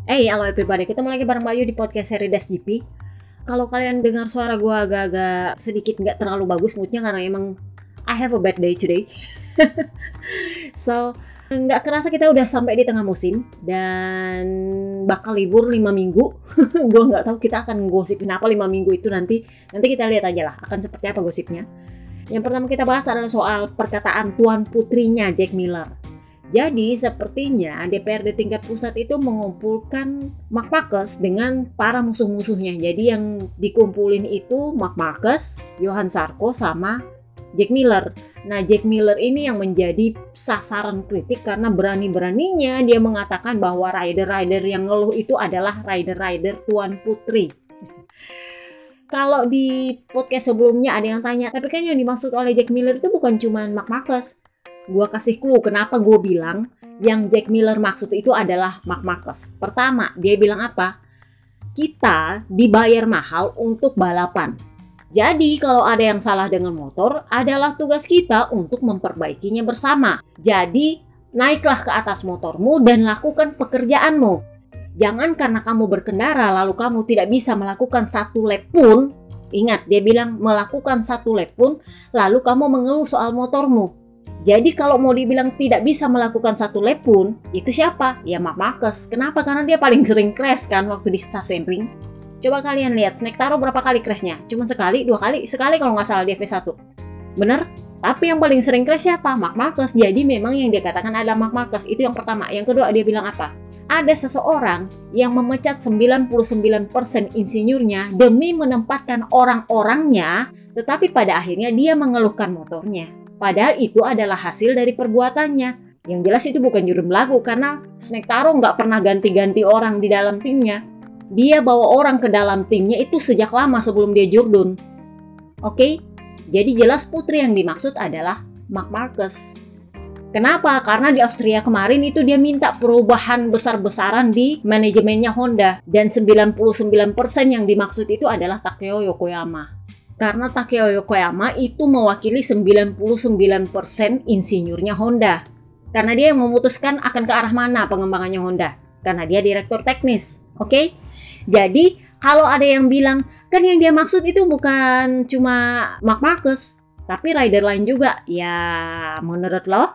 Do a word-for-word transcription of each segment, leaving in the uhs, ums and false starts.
Hey, halo everybody, ketemu lagi bareng Bayu di podcast seri Das G P. Kalau kalian dengar suara gue agak-agak sedikit nggak terlalu bagus moodnya karena emang I have a bad day today. So, nggak kerasa kita udah sampai di tengah musim dan bakal libur lima minggu. Gue nggak tahu kita akan gosipin apa lima minggu itu nanti. Nanti kita lihat aja lah akan seperti apa gosipnya. Yang pertama kita bahas adalah soal perkataan tuan putrinya Jack Miller. Jadi sepertinya D P R D tingkat pusat itu mengumpulkan Mark Marquez dengan para musuh-musuhnya. Jadi yang dikumpulin itu Mark Marquez, Johan Zarco sama Jack Miller. Nah, Jack Miller ini yang menjadi sasaran kritik karena berani-beraninya dia mengatakan bahwa rider-rider yang ngeluh itu adalah rider-rider tuan putri. Kalau di podcast sebelumnya ada yang tanya, tapi kan yang dimaksud oleh Jack Miller itu bukan cuma Mark Marquez. Gua kasih clue kenapa gue bilang yang Jack Miller maksud itu adalah Mark Marquez. Pertama, dia bilang apa? Kita dibayar mahal untuk balapan. Jadi kalau ada yang salah dengan motor, adalah tugas kita untuk memperbaikinya bersama. Jadi naiklah ke atas motormu dan lakukan pekerjaanmu. Jangan karena kamu berkendara lalu kamu tidak bisa melakukan satu lap pun. Ingat, dia bilang melakukan satu lap pun, lalu kamu mengeluh soal motormu. Jadi kalau mau dibilang tidak bisa melakukan satu lap pun, itu siapa? Ya Mark Marquez. Kenapa? Karena dia paling sering crash kan waktu di Sachsenring. Coba kalian lihat, Snektaro berapa kali crashnya? Cuma sekali, dua kali, sekali kalau nggak salah di F satu. Bener? Tapi yang paling sering crash siapa? Mark Marquez. Jadi memang yang dia katakan adalah Mark Marquez. Itu yang pertama. Yang kedua dia bilang apa? Ada seseorang yang memecat sembilan puluh sembilan persen insinyurnya demi menempatkan orang-orangnya, tetapi pada akhirnya dia mengeluhkan motornya. Padahal itu adalah hasil dari perbuatannya. Yang jelas itu bukan juru belagu karena Snektaro nggak pernah ganti-ganti orang di dalam timnya. Dia bawa orang ke dalam timnya itu sejak lama sebelum dia jurdun. Oke? Jadi jelas putri yang dimaksud adalah Mark Marquez. Kenapa? Karena di Austria kemarin itu dia minta perubahan besar-besaran di manajemennya Honda. Dan sembilan puluh sembilan persen yang dimaksud itu adalah Takeo Yokoyama. Karena Takeo Yokoyama itu mewakili sembilan puluh sembilan persen insinyurnya Honda. Karena dia yang memutuskan akan ke arah mana pengembangannya Honda. Karena dia direktur teknis. Oke? Okay? Jadi, kalau ada yang bilang, kan yang dia maksud itu bukan cuma Mark Marquez, tapi rider lain juga. Ya, menurut lo?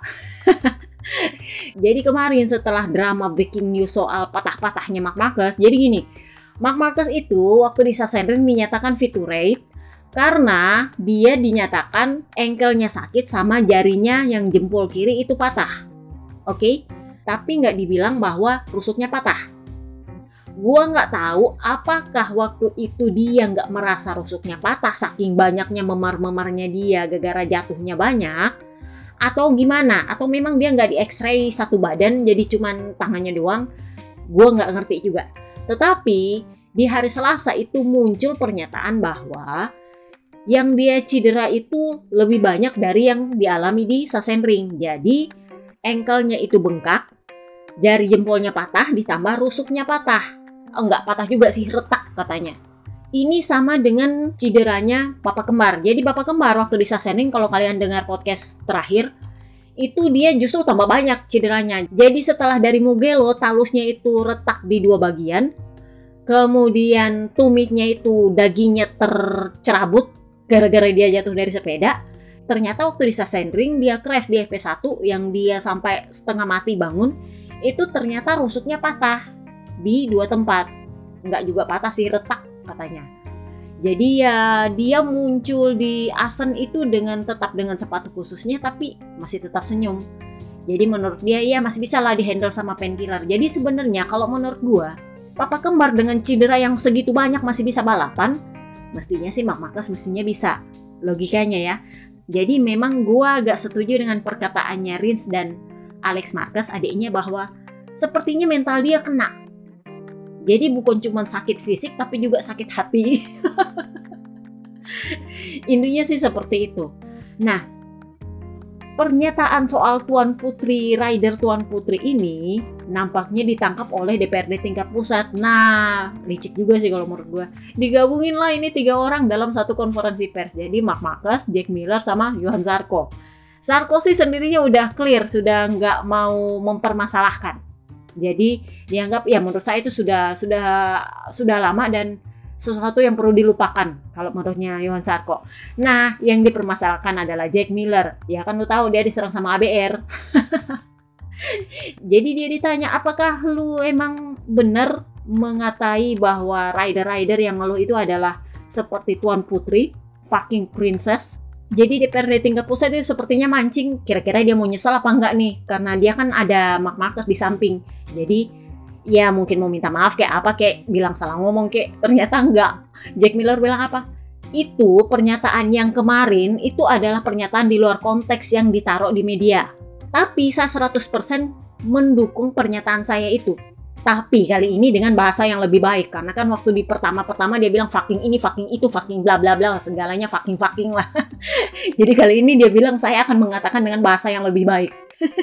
Jadi kemarin setelah drama breaking news soal patah-patahnya Mark Marquez, jadi gini, Mark Marquez itu waktu di Sachsenring dinyatakan fit to ride, karena dia dinyatakan ankle-nya sakit sama jarinya yang jempol kiri itu patah. Oke? Okay? Tapi nggak dibilang bahwa rusuknya patah. Gua nggak tahu apakah waktu itu dia nggak merasa rusuknya patah saking banyaknya memar-memarnya dia gara-gara jatuhnya banyak. Atau gimana? Atau memang dia nggak di x-ray satu badan jadi cuman tangannya doang. Gua nggak ngerti juga. Tetapi di hari Selasa itu muncul pernyataan bahwa yang dia cedera itu lebih banyak dari yang dialami di Sachsenring. Jadi ankle-nya itu bengkak, jari jempolnya patah, ditambah rusuknya patah. Oh, enggak patah juga sih, retak katanya. Ini sama dengan cederanya Bapak Kembar. Jadi Bapak Kembar waktu di Sachsenring, kalau kalian dengar podcast terakhir, itu dia justru tambah banyak cederanya. Jadi setelah dari Mugello, talusnya itu retak di dua bagian. Kemudian tumitnya itu dagingnya tercerabut gara-gara dia jatuh dari sepeda. Ternyata waktu di Sachsenring dia crash di F satu yang dia sampai setengah mati bangun. Itu ternyata rusuknya patah di dua tempat. Nggak juga patah sih, retak katanya. Jadi ya dia muncul di Assen itu dengan tetap dengan sepatu khususnya tapi masih tetap senyum. Jadi menurut dia ya masih bisa lah dihandle sama painkiller. Jadi sebenarnya kalau menurut gua, Papa Kembar dengan cedera yang segitu banyak masih bisa balapan. Mestinya sih Mark Marquez mestinya bisa. Logikanya ya. Jadi memang gue agak setuju dengan perkataannya Rins dan Alex Marquez adiknya bahwa sepertinya mental dia kena. Jadi bukan cuma sakit fisik tapi juga sakit hati. Intinya sih seperti itu. Nah, pernyataan soal tuan putri, rider tuan putri ini nampaknya ditangkap oleh D P R D tingkat pusat. Nah, licik juga sih kalau menurut gue. Digabungin lah ini tiga orang dalam satu konferensi pers. Jadi Mark Marquez, Jack Miller, sama Johan Zarco. Zarco sih sendirinya udah clear, sudah nggak mau mempermasalahkan. Jadi dianggap ya menurut saya itu sudah sudah sudah lama dan sesuatu yang perlu dilupakan kalau menurutnya Johan Sarko. Nah, yang dipermasalahkan adalah Jack Miller. Ya kan lu tahu dia diserang sama A B R. Jadi dia ditanya, apakah lu emang benar mengatai bahwa rider-rider yang ngeluh itu adalah seperti Tuan Putri, fucking princess? Jadi D P R D tingkat pusat itu sepertinya mancing, kira-kira dia mau nyesal apa enggak nih? Karena dia kan ada Mark Marquez di samping. Jadi ya mungkin mau minta maaf kayak apa, kayak bilang salah ngomong kayak, ternyata enggak. Jack Miller bilang apa? Itu pernyataan yang kemarin itu adalah pernyataan di luar konteks yang ditaruh di media. Tapi saya seratus persen mendukung pernyataan saya itu. Tapi kali ini dengan bahasa yang lebih baik. Karena kan waktu di pertama-pertama dia bilang fucking ini, fucking itu, fucking bla bla bla, segalanya fucking-fucking lah. Jadi kali ini dia bilang saya akan mengatakan dengan bahasa yang lebih baik.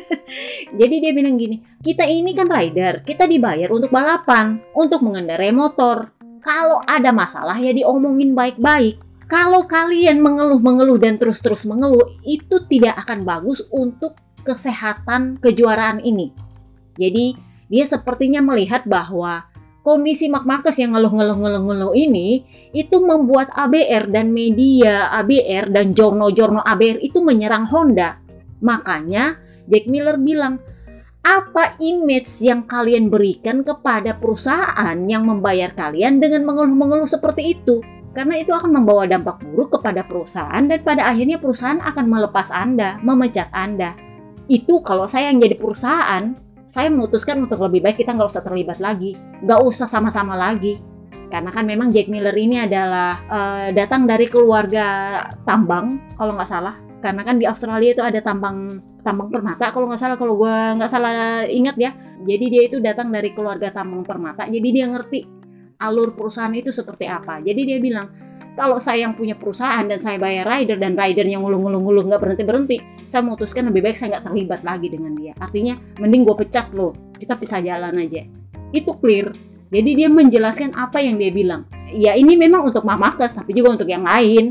Jadi dia bilang gini, kita ini kan rider, kita dibayar untuk balapan, untuk mengendarai motor. Kalau ada masalah ya diomongin baik-baik. Kalau kalian mengeluh-mengeluh dan terus-terus mengeluh, itu tidak akan bagus untuk kesehatan kejuaraan ini. Jadi dia sepertinya melihat bahwa kondisi Mark Marquez yang ngeluh-ngeluh-ngeluh-ngeluh ini itu membuat A B R dan media A B R dan jorno-jorno A B R itu menyerang Honda. Makanya Jack Miller bilang, apa image yang kalian berikan kepada perusahaan yang membayar kalian dengan mengeluh-mengeluh seperti itu? Karena itu akan membawa dampak buruk kepada perusahaan dan pada akhirnya perusahaan akan melepas Anda, memecat Anda. Itu kalau saya yang jadi perusahaan, saya memutuskan untuk lebih baik kita nggak usah terlibat lagi, nggak usah sama-sama lagi. Karena kan memang Jack Miller ini adalah uh, datang dari keluarga tambang, kalau nggak salah. Karena kan di Australia itu ada tambang tambang permata, kalau nggak salah, kalau gue nggak salah ingat ya. Jadi dia itu datang dari keluarga tambang permata, jadi dia ngerti alur perusahaan itu seperti apa. Jadi dia bilang, kalau saya yang punya perusahaan dan saya bayar rider dan rider yang ngulung-ngulung-ngulung nggak berhenti-berhenti, saya memutuskan lebih baik saya nggak terlibat lagi dengan dia. Artinya mending gue pecat lo, kita pisah jalan aja. Itu clear. Jadi dia menjelaskan apa yang dia bilang. Ya ini memang untuk Mark Marquez, tapi juga untuk yang lain.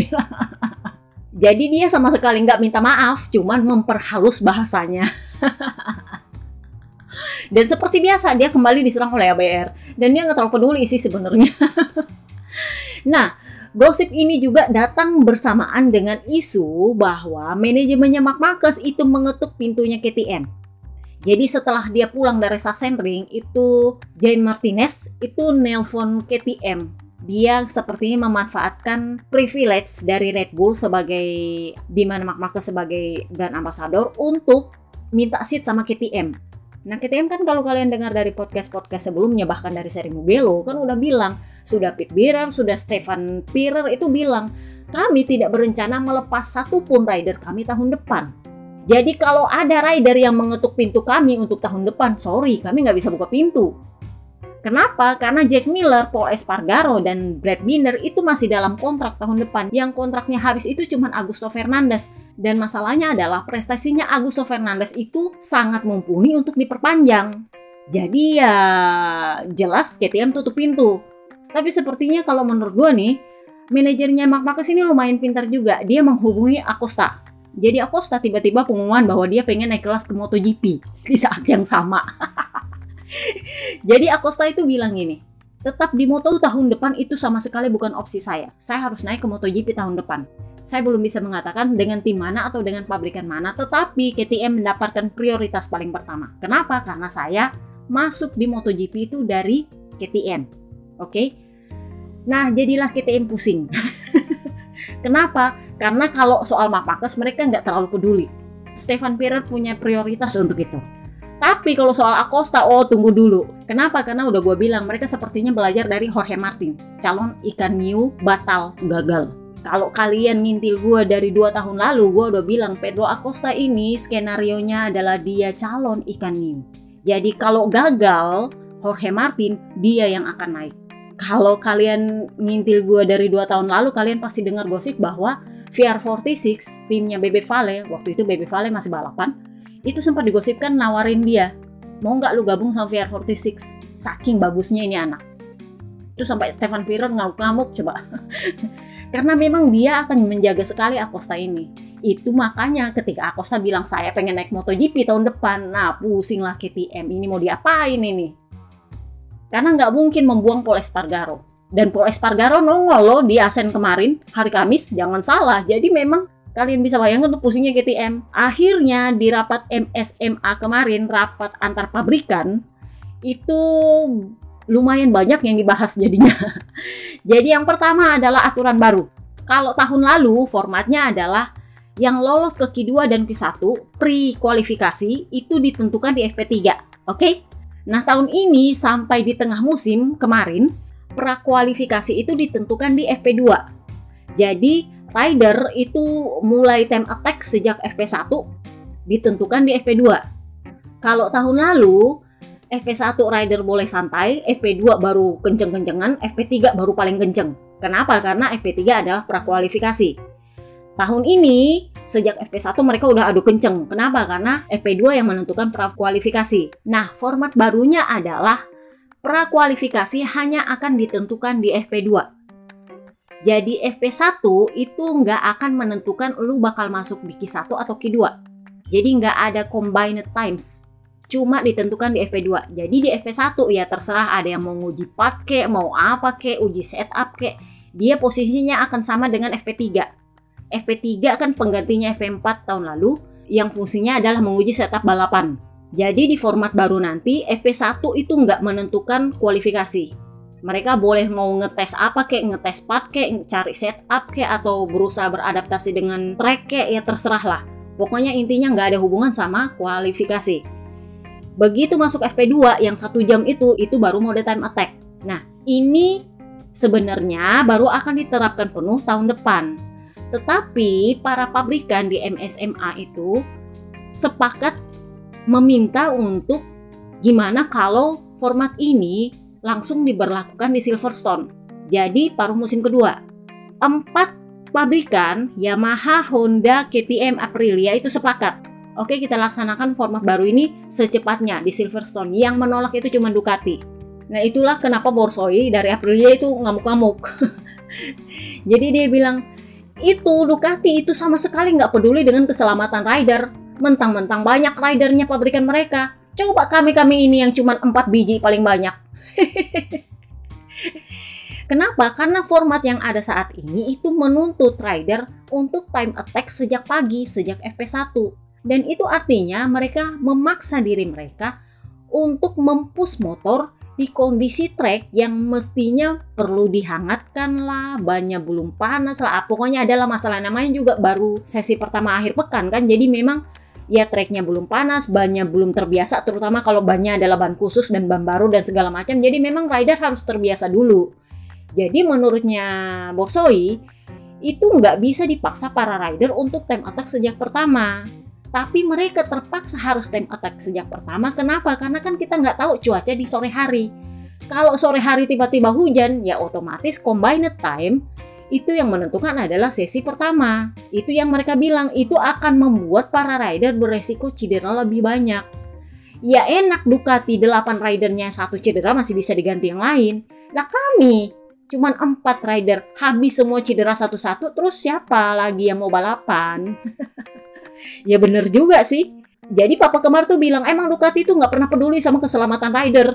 Jadi dia sama sekali nggak minta maaf, cuman memperhalus bahasanya. Dan seperti biasa dia kembali diserang oleh A B R. Dan dia nggak terlalu peduli sih sebenarnya. Nah, gosip ini juga datang bersamaan dengan isu bahwa manajemennya Mark Marquez itu mengetuk pintunya K T M. Jadi setelah dia pulang dari Sachsenring, itu Jaime Martinez itu nelpon K T M. Dia sepertinya memanfaatkan privilege dari Red Bull sebagai, di mana Mark Marquez sebagai brand ambassador untuk minta seat sama K T M. Nah, K T M kan kalau kalian dengar dari podcast-podcast sebelumnya, bahkan dari seri Mugello, kan udah bilang, sudah Pete Bierer, sudah Stefan Pierer itu bilang, kami tidak berencana melepas satupun rider kami tahun depan. Jadi kalau ada rider yang mengetuk pintu kami untuk tahun depan, sorry, kami nggak bisa buka pintu. Kenapa? Karena Jack Miller, Pol Espargaro, dan Brad Binder itu masih dalam kontrak tahun depan. Yang kontraknya habis itu cuma Augusto Fernandez. Dan masalahnya adalah prestasinya Augusto Fernandez itu sangat mumpuni untuk diperpanjang. Jadi ya jelas K T M tutup pintu. Tapi sepertinya kalau menurut gue nih, manajernya Mark Marquez ini lumayan pintar juga. Dia menghubungi Acosta. Jadi Acosta tiba-tiba pengumuman bahwa dia pengen naik kelas ke MotoGP di saat yang sama. Jadi Acosta itu bilang gini, tetap di Moto tahun depan itu sama sekali bukan opsi saya. Saya harus naik ke MotoGP tahun depan. Saya belum bisa mengatakan dengan tim mana atau dengan pabrikan mana, tetapi K T M mendapatkan prioritas paling pertama. Kenapa? Karena saya masuk di MotoGP itu dari K T M. Oke? Okay? Nah, jadilah K T M pusing. Kenapa? Karena kalau soal Mark Marquez mereka nggak terlalu peduli. Stefan Pierer punya prioritas untuk itu. Tapi kalau soal Acosta, oh tunggu dulu. Kenapa? Karena udah gue bilang, mereka sepertinya belajar dari Jorge Martin. Calon ikan hiu batal gagal. Kalau kalian ngintil gue dari dua tahun lalu, gue udah bilang Pedro Acosta ini skenarionya adalah dia calon ikan hiu. Jadi kalau gagal, Jorge Martin, dia yang akan naik. Kalau kalian ngintil gue dari dua tahun lalu, kalian pasti dengar gosip bahwa V R empat puluh enam, timnya Bebe Vale, waktu itu Bebe Vale masih balapan, itu sempat digosipkan nawarin dia, mau nggak lu gabung sama V R empat puluh enam? Saking bagusnya ini anak. Itu sampai Stefan Pierer ngamuk-ngamuk coba. Karena memang dia akan menjaga sekali Acosta ini. Itu makanya ketika Acosta bilang saya pengen naik MotoGP tahun depan, nah pusinglah K T M, ini mau diapain ini? Karena nggak mungkin membuang Pol Espargaro. Dan Pol Espargaro nongol loh di Asen kemarin, hari Kamis, jangan salah. Jadi memang kalian bisa bayangkan tuh pusingnya K T M. Akhirnya di rapat M S M A kemarin, rapat antar pabrikan, itu lumayan banyak yang dibahas jadinya. Jadi yang pertama adalah aturan baru. Kalau tahun lalu formatnya adalah yang lolos ke Q dua dan Q satu pre-kualifikasi itu ditentukan di F P tiga. Oke? Okay? Nah, tahun ini sampai di tengah musim kemarin, pra-kualifikasi itu ditentukan di F P dua. Jadi, rider itu mulai time attack sejak F P satu ditentukan di F P dua. Kalau tahun lalu, F P satu rider boleh santai, F P dua baru kenceng-kencengan, F P tiga baru paling kenceng. Kenapa? Karena F P tiga adalah pra-kualifikasi. Tahun ini, sejak F P satu mereka udah adu kenceng. Kenapa? Karena F P dua yang menentukan pra-kualifikasi. Nah, format barunya adalah pra-kualifikasi hanya akan ditentukan di F P dua. Jadi F P satu itu nggak akan menentukan lu bakal masuk di Q satu atau Q dua. Jadi nggak ada combined times. Cuma ditentukan di F P dua. Jadi di F P satu ya terserah ada yang mau nguji part kek, mau apa kek, uji setup kek. Dia posisinya akan sama dengan F P tiga. F P tiga kan penggantinya F P empat tahun lalu yang fungsinya adalah menguji setup balapan. Jadi di format baru nanti F P satu itu nggak menentukan kualifikasi. Mereka boleh mau ngetes apa kek, ngetes part kek, cari setup kek, atau berusaha beradaptasi dengan track kek, ya terserah lah. Pokoknya intinya nggak ada hubungan sama kualifikasi. Begitu masuk F P dua yang satu jam itu, itu baru mode time attack. Nah, ini sebenarnya baru akan diterapkan penuh tahun depan. Tetapi para pabrikan di M S M A itu sepakat meminta untuk gimana kalau format ini langsung diberlakukan di Silverstone. Jadi paruh musim kedua. Empat pabrikan, Yamaha, Honda, K T M, Aprilia itu sepakat. Oke, kita laksanakan format baru ini secepatnya di Silverstone. Yang menolak itu cuma Ducati. Nah, itulah kenapa Borsoi dari Aprilia itu ngamuk-ngamuk. Jadi dia bilang, itu Ducati itu sama sekali nggak peduli dengan keselamatan rider. Mentang-mentang banyak ridernya pabrikan mereka. Coba kami-kami ini yang cuma empat biji paling banyak. Kenapa? Karena format yang ada saat ini itu menuntut rider untuk time attack sejak pagi, sejak F P satu. Dan itu artinya mereka memaksa diri mereka untuk mempush motor di kondisi track yang mestinya perlu dihangatkan lah, bannya belum panas lah, pokoknya adalah masalah. Namanya juga baru sesi pertama akhir pekan kan, jadi memang ya tracknya belum panas, bannya belum terbiasa, terutama kalau bannya adalah ban khusus dan ban baru dan segala macam, jadi memang rider harus terbiasa dulu. Jadi menurutnya Borsoi, itu nggak bisa dipaksa para rider untuk time attack sejak pertama. Tapi mereka terpaksa harus time attack sejak pertama. Kenapa? Karena kan kita nggak tahu cuaca di sore hari. Kalau sore hari tiba-tiba hujan, ya otomatis combined time itu yang menentukan adalah sesi pertama. Itu yang mereka bilang, itu akan membuat para rider beresiko cedera lebih banyak. Ya enak Ducati delapan ridernya satu cedera masih bisa diganti yang lain. Nah kami cuman empat rider habis semua cedera satu-satu, terus siapa lagi yang mau balapan? Ya bener juga sih. Jadi Papa Kembar tuh bilang, emang Ducati tuh nggak pernah peduli sama keselamatan rider.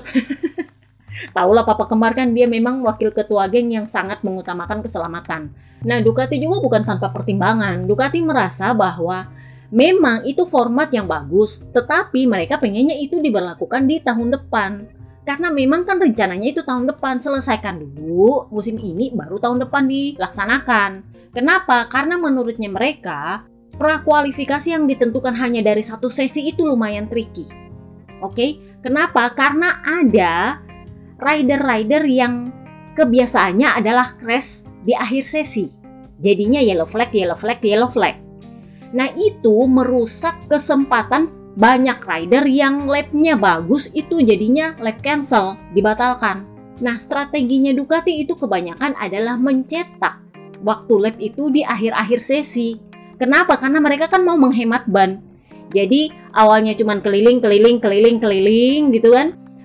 Taulah Papa Kembar kan dia memang wakil ketua geng yang sangat mengutamakan keselamatan. Nah Ducati juga bukan tanpa pertimbangan. Ducati merasa bahwa memang itu format yang bagus, tetapi mereka pengennya itu diberlakukan di tahun depan. Karena memang kan rencananya itu tahun depan, selesaikan dulu musim ini baru tahun depan dilaksanakan. Kenapa? Karena menurutnya mereka pra-kualifikasi yang ditentukan hanya dari satu sesi itu lumayan tricky. Oke, kenapa? Karena ada rider-rider yang kebiasaannya adalah crash di akhir sesi. Jadinya yellow flag, yellow flag, yellow flag. Nah itu merusak kesempatan banyak rider yang lap-nya bagus itu jadinya lap cancel, dibatalkan. Nah strateginya Ducati itu kebanyakan adalah mencetak waktu lap itu di akhir-akhir sesi. Kenapa? Karena mereka kan mau menghemat ban. Jadi awalnya cuma keliling, keliling, keliling, keliling gitu kan.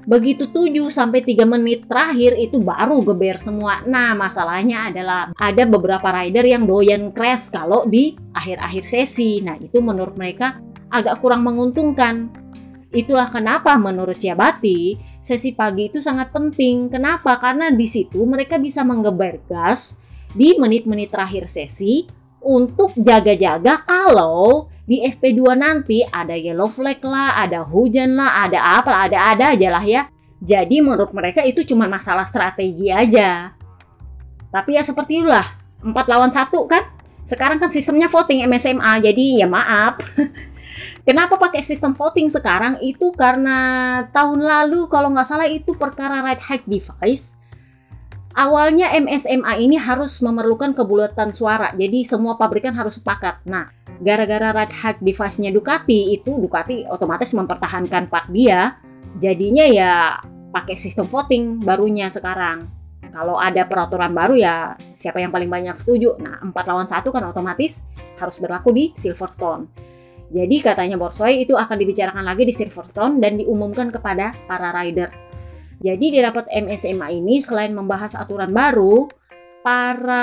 Begitu tujuh sampai tiga menit terakhir itu baru geber semua. Nah, masalahnya adalah ada beberapa rider yang doyan crash kalau di akhir-akhir sesi. Nah, itu menurut mereka agak kurang menguntungkan. Itulah kenapa menurut Ciabatti, sesi pagi itu sangat penting. Kenapa? Karena di situ mereka bisa menggeber gas di menit-menit terakhir sesi untuk jaga-jaga kalau di F P dua nanti ada yellow flag lah, ada hujan lah, ada apa, ada-ada aja lah ya. Jadi menurut mereka itu cuma masalah strategi aja. Tapi ya seperti itulah, empat lawan satu kan. Sekarang kan sistemnya voting M S M A, jadi ya maaf. Kenapa pakai sistem voting sekarang? Itu karena tahun lalu kalau nggak salah itu perkara right height device. Awalnya M S M A ini harus memerlukan kebulatan suara, jadi semua pabrikan harus sepakat. Nah, gara-gara right height device-nya Ducati itu, Ducati otomatis mempertahankan part dia, jadinya ya pakai sistem voting barunya sekarang. Kalau ada peraturan baru ya siapa yang paling banyak setuju. Nah, empat lawan satu kan otomatis harus berlaku di Silverstone. Jadi katanya Borsoi itu akan dibicarakan lagi di Silverstone dan diumumkan kepada para rider. Jadi di rapat M S M A ini selain membahas aturan baru, para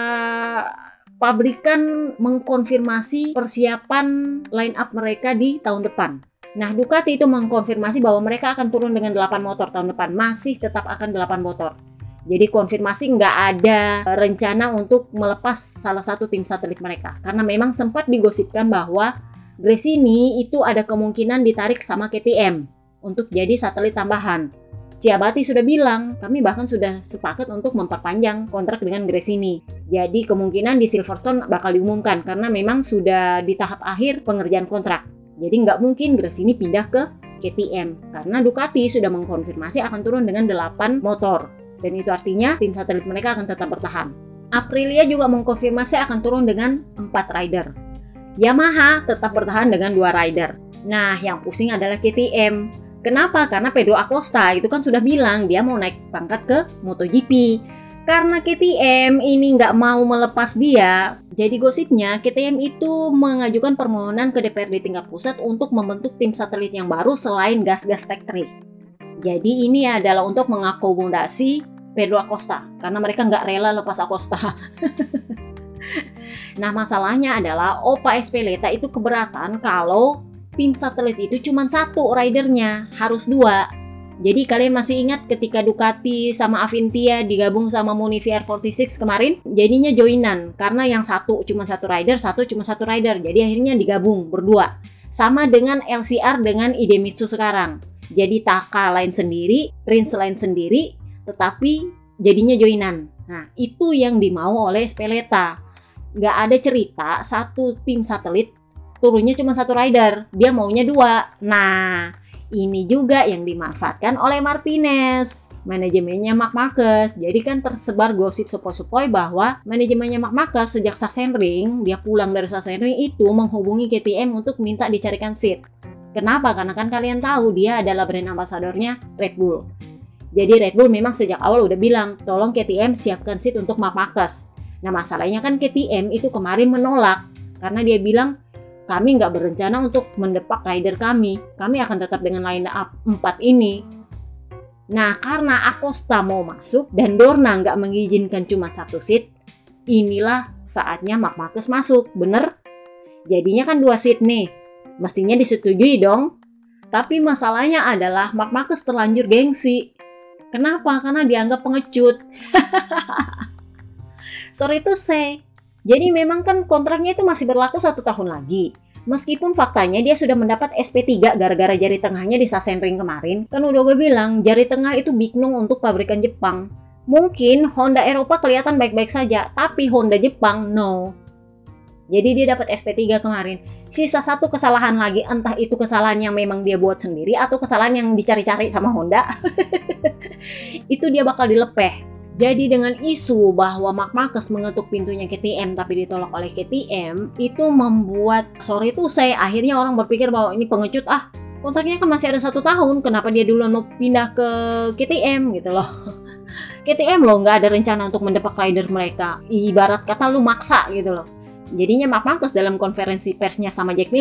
pabrikan mengkonfirmasi persiapan line up mereka di tahun depan. Nah, Ducati itu mengkonfirmasi bahwa mereka akan turun dengan delapan motor tahun depan, masih tetap akan delapan motor. Jadi konfirmasi nggak ada rencana untuk melepas salah satu tim satelit mereka. Karena memang sempat digosipkan bahwa Gresini itu ada kemungkinan ditarik sama K T M untuk jadi satelit tambahan. Ciabatti sudah bilang, kami bahkan sudah sepakat untuk memperpanjang kontrak dengan Gresini. Jadi kemungkinan di Silverstone bakal diumumkan karena memang sudah di tahap akhir pengerjaan kontrak. Jadi nggak mungkin Gresini pindah ke K T M karena Ducati sudah mengkonfirmasi akan turun dengan delapan motor. Dan itu artinya tim satelit mereka akan tetap bertahan. Aprilia juga mengkonfirmasi akan turun dengan empat rider. Yamaha tetap bertahan dengan dua rider. Nah, yang pusing adalah K T M. Kenapa? Karena Pedro Acosta itu kan sudah bilang dia mau naik pangkat ke MotoGP. Karena K T M ini nggak mau melepas dia, jadi gosipnya K T M itu mengajukan permohonan ke D P R D tingkat pusat untuk membentuk tim satelit yang baru selain gas-gas Tech tiga. Jadi ini adalah untuk mengakomodasi Pedro Acosta, karena mereka nggak rela lepas Acosta. Nah, masalahnya adalah Opa Espeleta itu keberatan kalau tim satelit itu cuma satu ridernya, harus dua. Jadi kalian masih ingat ketika Ducati sama Avintia digabung sama Monevier empat puluh enam kemarin? Jadinya joinan, karena yang satu cuma satu rider, satu cuma satu rider. Jadi akhirnya digabung berdua. Sama dengan L C R dengan Idemitsu sekarang. Jadi Taka lain sendiri, Rins lain sendiri, tetapi jadinya joinan. Nah, itu yang dimau oleh Espeleta. Nggak ada cerita satu tim satelit turunnya cuma satu rider, dia maunya dua. Nah, ini juga yang dimanfaatkan oleh Martinez, manajemennya Marc Marquez. Jadi kan tersebar gosip sepoi-sepoi bahwa manajemennya Marc Marquez sejak Sachsenring, dia pulang dari Sachsenring itu menghubungi K T M untuk minta dicarikan seat. Kenapa? Karena kan kalian tahu dia adalah brand ambasadornya Red Bull. Jadi Red Bull memang sejak awal udah bilang, tolong K T M siapkan seat untuk Marc Marquez. Nah, masalahnya kan K T M itu kemarin menolak karena dia bilang, kami nggak berencana untuk mendepak rider kami. Kami akan tetap dengan line up empat ini. Nah, karena Acosta mau masuk dan Dorna nggak mengizinkan cuma satu seat, inilah saatnya Marc Marquez masuk. Bener? Jadinya kan dua seat nih. Mestinya disetujui dong. Tapi masalahnya adalah Marc Marquez terlanjur gengsi. Kenapa? Karena dianggap pengecut. Sorry to say. Jadi memang kan kontraknya itu masih berlaku satu tahun lagi. Meskipun faktanya dia sudah mendapat S P tiga gara-gara jari tengahnya di Sachsenring kemarin. Kan udah gue bilang, jari tengah itu big no untuk pabrikan Jepang. Mungkin Honda Eropa kelihatan baik-baik saja, tapi Honda Jepang no. Jadi dia dapat S P tiga kemarin. Sisa satu kesalahan lagi, entah itu kesalahan yang memang dia buat sendiri atau kesalahan yang dicari-cari sama Honda. Itu dia bakal dilepeh. Jadi dengan isu bahwa Marc Marquez mengetuk pintunya K T M tapi ditolak oleh K T M, itu membuat, sorry tuh saya, akhirnya orang berpikir bahwa ini pengecut, ah kontraknya kan masih ada satu tahun, kenapa dia duluan mau pindah ke K T M gitu loh. K T M loh nggak ada rencana untuk mendepak rider mereka, ibarat kata lu maksa gitu loh. Jadinya Marc Marquez dalam konferensi persnya sama Jack Miller itu bilang, komitmen saya itu masih penuh untuk Honda.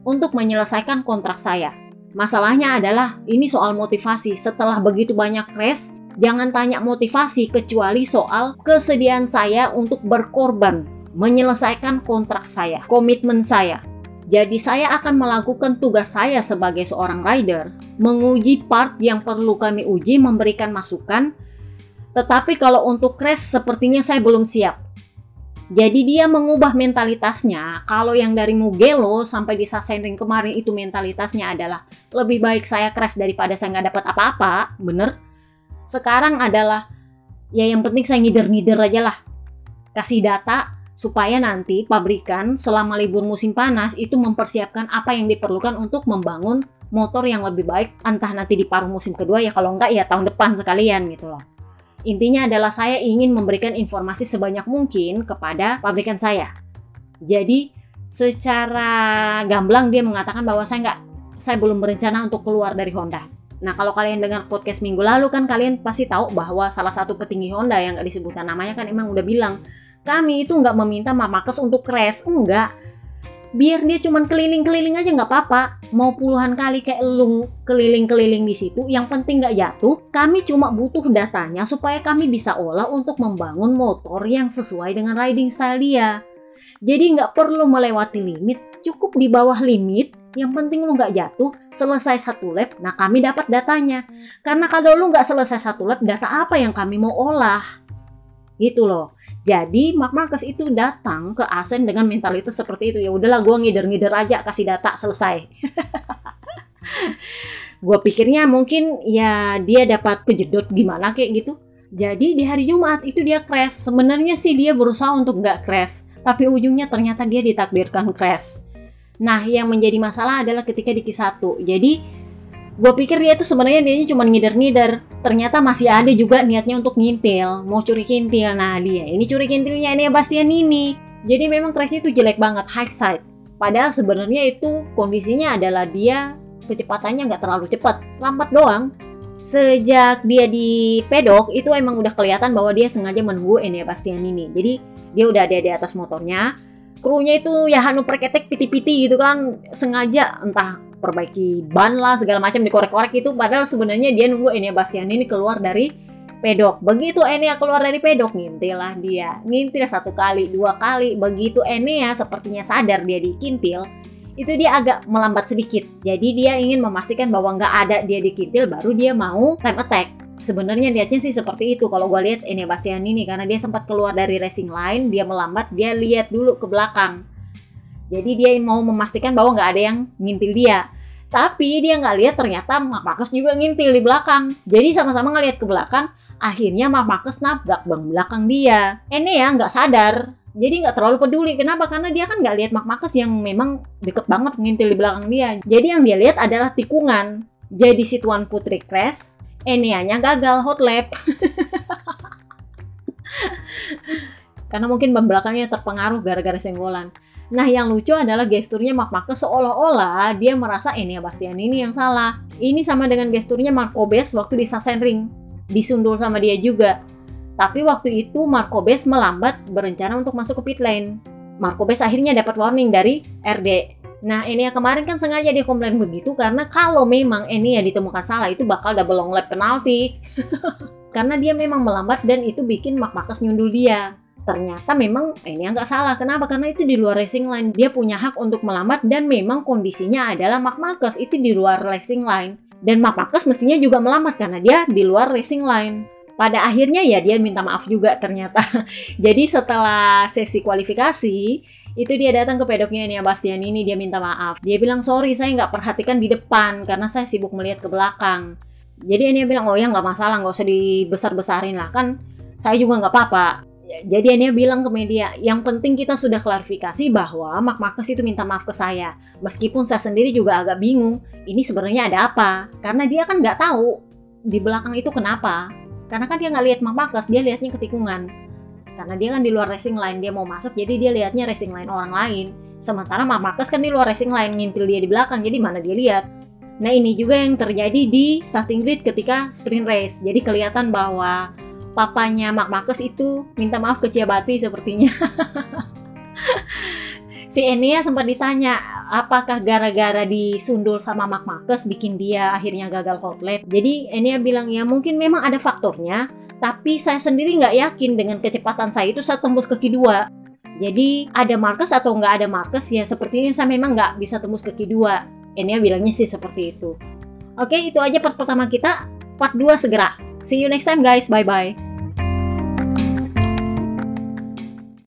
untuk menyelesaikan kontrak saya. Masalahnya adalah ini soal motivasi. Setelah begitu banyak crash, jangan tanya motivasi kecuali soal kesediaan saya untuk berkorban, menyelesaikan kontrak saya, komitmen saya. Jadi saya akan melakukan tugas saya sebagai seorang rider, menguji part yang perlu kami uji, memberikan masukan. Tetapi kalau untuk crash sepertinya saya belum siap. Jadi dia mengubah mentalitasnya. Kalau yang dari Mugello sampai di Sachsenring kemarin itu mentalitasnya adalah lebih baik saya crash daripada saya nggak dapat apa-apa, bener? Sekarang adalah ya yang penting saya ngider-ngider aja lah. Kasih data supaya nanti pabrikan selama libur musim panas itu mempersiapkan apa yang diperlukan untuk membangun motor yang lebih baik, entah nanti di paruh musim kedua ya, kalau enggak ya tahun depan sekalian gitu loh. Intinya adalah saya ingin memberikan informasi sebanyak mungkin kepada pabrikan saya. Jadi secara gamblang dia mengatakan bahwa saya nggak, saya belum berencana untuk keluar dari Honda. Nah kalau kalian dengar podcast minggu lalu kan kalian pasti tahu bahwa salah satu petinggi Honda yang nggak disebutkan namanya kan emang udah bilang, kami itu nggak meminta Mark Marquez untuk crash, enggak. Biar dia cuman keliling-keliling aja nggak apa-apa. Mau puluhan kali kayak lu keliling-keliling di situ, yang penting nggak jatuh. Kami cuma butuh datanya supaya kami bisa olah untuk membangun motor yang sesuai dengan riding style dia. Jadi nggak perlu melewati limit, cukup di bawah limit. Yang penting lu nggak jatuh, selesai satu lap, nah kami dapat datanya. Karena kalau lu nggak selesai satu lap, data apa yang kami mau olah? Gitu loh. Jadi Mark Marquez itu datang ke Assen dengan mentalitas seperti itu. Ya udahlah, gue ngider-ngider aja, kasih data, selesai. Gue pikirnya mungkin ya dia dapat kejedot gimana kayak gitu. Jadi di hari Jumat itu dia crash. Sebenarnya sih dia berusaha untuk nggak crash, tapi ujungnya ternyata dia ditakdirkan crash. Nah yang menjadi masalah adalah ketika di Q satu. Jadi gue pikir dia tuh sebenarnya dia cuma ngider-ngider. Ternyata masih ada juga niatnya untuk ngintil, mau curi kintil. Nah dia ini curi kintilnya ini Bastianini. Jadi memang crashnya itu jelek banget, high side. Padahal sebenarnya itu kondisinya adalah dia kecepatannya nggak terlalu cepat, lambat doang. Sejak dia di pedok itu emang udah kelihatan bahwa dia sengaja menunggu Enea Bastianini. Jadi dia udah ada di atas motornya. Krunya itu ya hanu perketek piti-piti gitu kan, sengaja entah perbaiki ban lah segala macam dikorek-korek itu, padahal sebenarnya dia nunggu Enea Bastianini keluar dari pedok. Begitu Enea keluar dari pedok, ngintil lah dia. Ngintil satu kali, dua kali. Begitu Enea sepertinya sadar dia dikintil, itu dia agak melambat sedikit. Jadi dia ingin memastikan bahwa nggak ada dia dikintil, baru dia mau time attack. Sebenarnya niatnya sih seperti itu kalau gue lihat Enea Bastianini, karena dia sempat keluar dari racing line, dia melambat, dia lihat dulu ke belakang. Jadi dia mau memastikan bahwa nggak ada yang ngintil dia. Tapi dia nggak lihat ternyata Mark Marquez juga ngintil di belakang. Jadi sama-sama ngelihat ke belakang, akhirnya Mark Marquez nabrak ban belakang dia. Enea nggak sadar, jadi nggak terlalu peduli. Kenapa? Karena dia kan nggak lihat Mark Marquez yang memang deket banget ngintil di belakang dia. Jadi yang dia lihat adalah tikungan. Jadi si Tuan Putri crash, Eneanya gagal hot lap. Karena mungkin ban belakangnya terpengaruh gara-gara senggolan. Nah yang lucu adalah gesturnya Mark Marquez seolah-olah dia merasa Enea Bastianini yang salah. Ini sama dengan gesturnya Marco Bes waktu di Sachsenring. Disundul sama dia juga. Tapi waktu itu Marco Bes melambat berencana untuk masuk ke pit lane. Marco Bes akhirnya dapat warning dari R D. Nah Enea kemarin kan sengaja dia komplain begitu karena kalau memang Enea ditemukan salah itu bakal double long lap penalti. Karena dia memang melambat dan itu bikin Mark Marquez nyundul dia. Ternyata memang Enea nggak salah. Kenapa? Karena itu di luar racing line. Dia punya hak untuk melambat dan memang kondisinya adalah Mark Marquez itu di luar racing line. Dan Mark Marquez mestinya juga melambat karena dia di luar racing line. Pada akhirnya ya dia minta maaf juga ternyata. Jadi setelah sesi kualifikasi, itu dia datang ke pedoknya Enea Bastianini, dia minta maaf. Dia bilang, sorry saya nggak perhatikan di depan karena saya sibuk melihat ke belakang. Jadi Enea bilang, oh ya nggak masalah, nggak usah dibesar-besarin lah. Kan saya juga nggak apa-apa. Jadi Enea bilang ke media, yang penting kita sudah klarifikasi bahwa Mark Marquez itu minta maaf ke saya. Meskipun saya sendiri juga agak bingung, ini sebenarnya ada apa? Karena dia kan nggak tahu di belakang itu kenapa. Karena kan dia nggak lihat Mark Marquez, dia lihatnya ke tikungan. Karena dia kan di luar racing line, dia mau masuk, jadi dia lihatnya racing line orang lain. Sementara Mark Marquez kan di luar racing line, ngintil dia di belakang, jadi mana dia lihat? Nah ini juga yang terjadi di starting grid ketika sprint race. Jadi kelihatan bahwa papanya Mark Marquez itu minta maaf ke Ciabatti sepertinya. Si Enea sempat ditanya, apakah gara-gara disundul sama Marc Marquez bikin dia akhirnya gagal cold lap. Jadi Enya bilang ya mungkin memang ada faktornya, tapi saya sendiri nggak yakin dengan kecepatan saya itu saya tembus ke Q dua. Jadi ada Marquez atau nggak ada Marquez ya sepertinya saya memang nggak bisa tembus ke Q dua. Enya bilangnya sih seperti itu. Oke, itu aja part pertama kita. Part dua segera. See you next time guys, bye-bye.